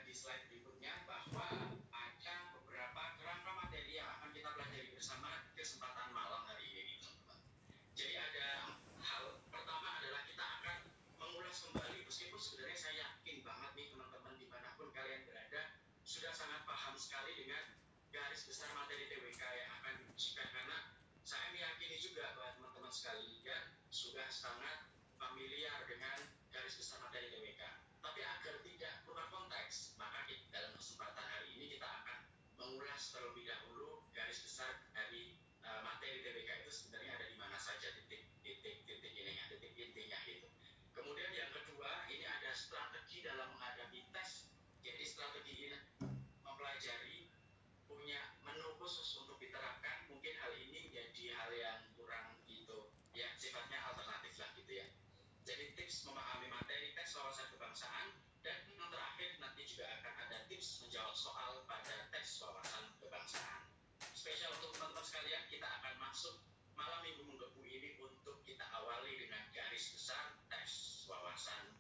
di slide berikutnya bahwa ada beberapa kerangka materi yang akan kita pelajari bersama kesempatan malam hari ini, teman-teman. Jadi ada hal pertama adalah kita akan mengulas kembali, meskipun sebenarnya saya yakin banget nih teman-teman dimanapun kalian berada sudah sangat paham sekali dengan garis besar materi TWK yang akan diujikan, karena saya meyakini juga bahwa teman-teman sekalian sudah sangat familiar dengan garis besar materi TWK. Tapi agar tidak keluar konteks, maka dalam kesempatan hari ini kita akan mengulas terlebih dahulu garis besar dari materi TWK itu sebenarnya ada di mana saja, titik ininya, titik intinya itu. Kemudian yang kedua, ini ada strategi dalam menghadapi tes. Jadi strategi ini mempelajari, punya menu khusus untuk diterapkan. Mungkin hal ini menjadi hal yang kurang gitu ya, sifatnya alternatif lah gitu ya. Jadi tips memahami materi tes wawasan kebangsaan, dan yang terakhir nanti juga akan ada tips menjawab soal pada tes wawasan kebangsaan. Spesial untuk teman-teman sekalian, kita akan masuk malam minggu menggebu ini untuk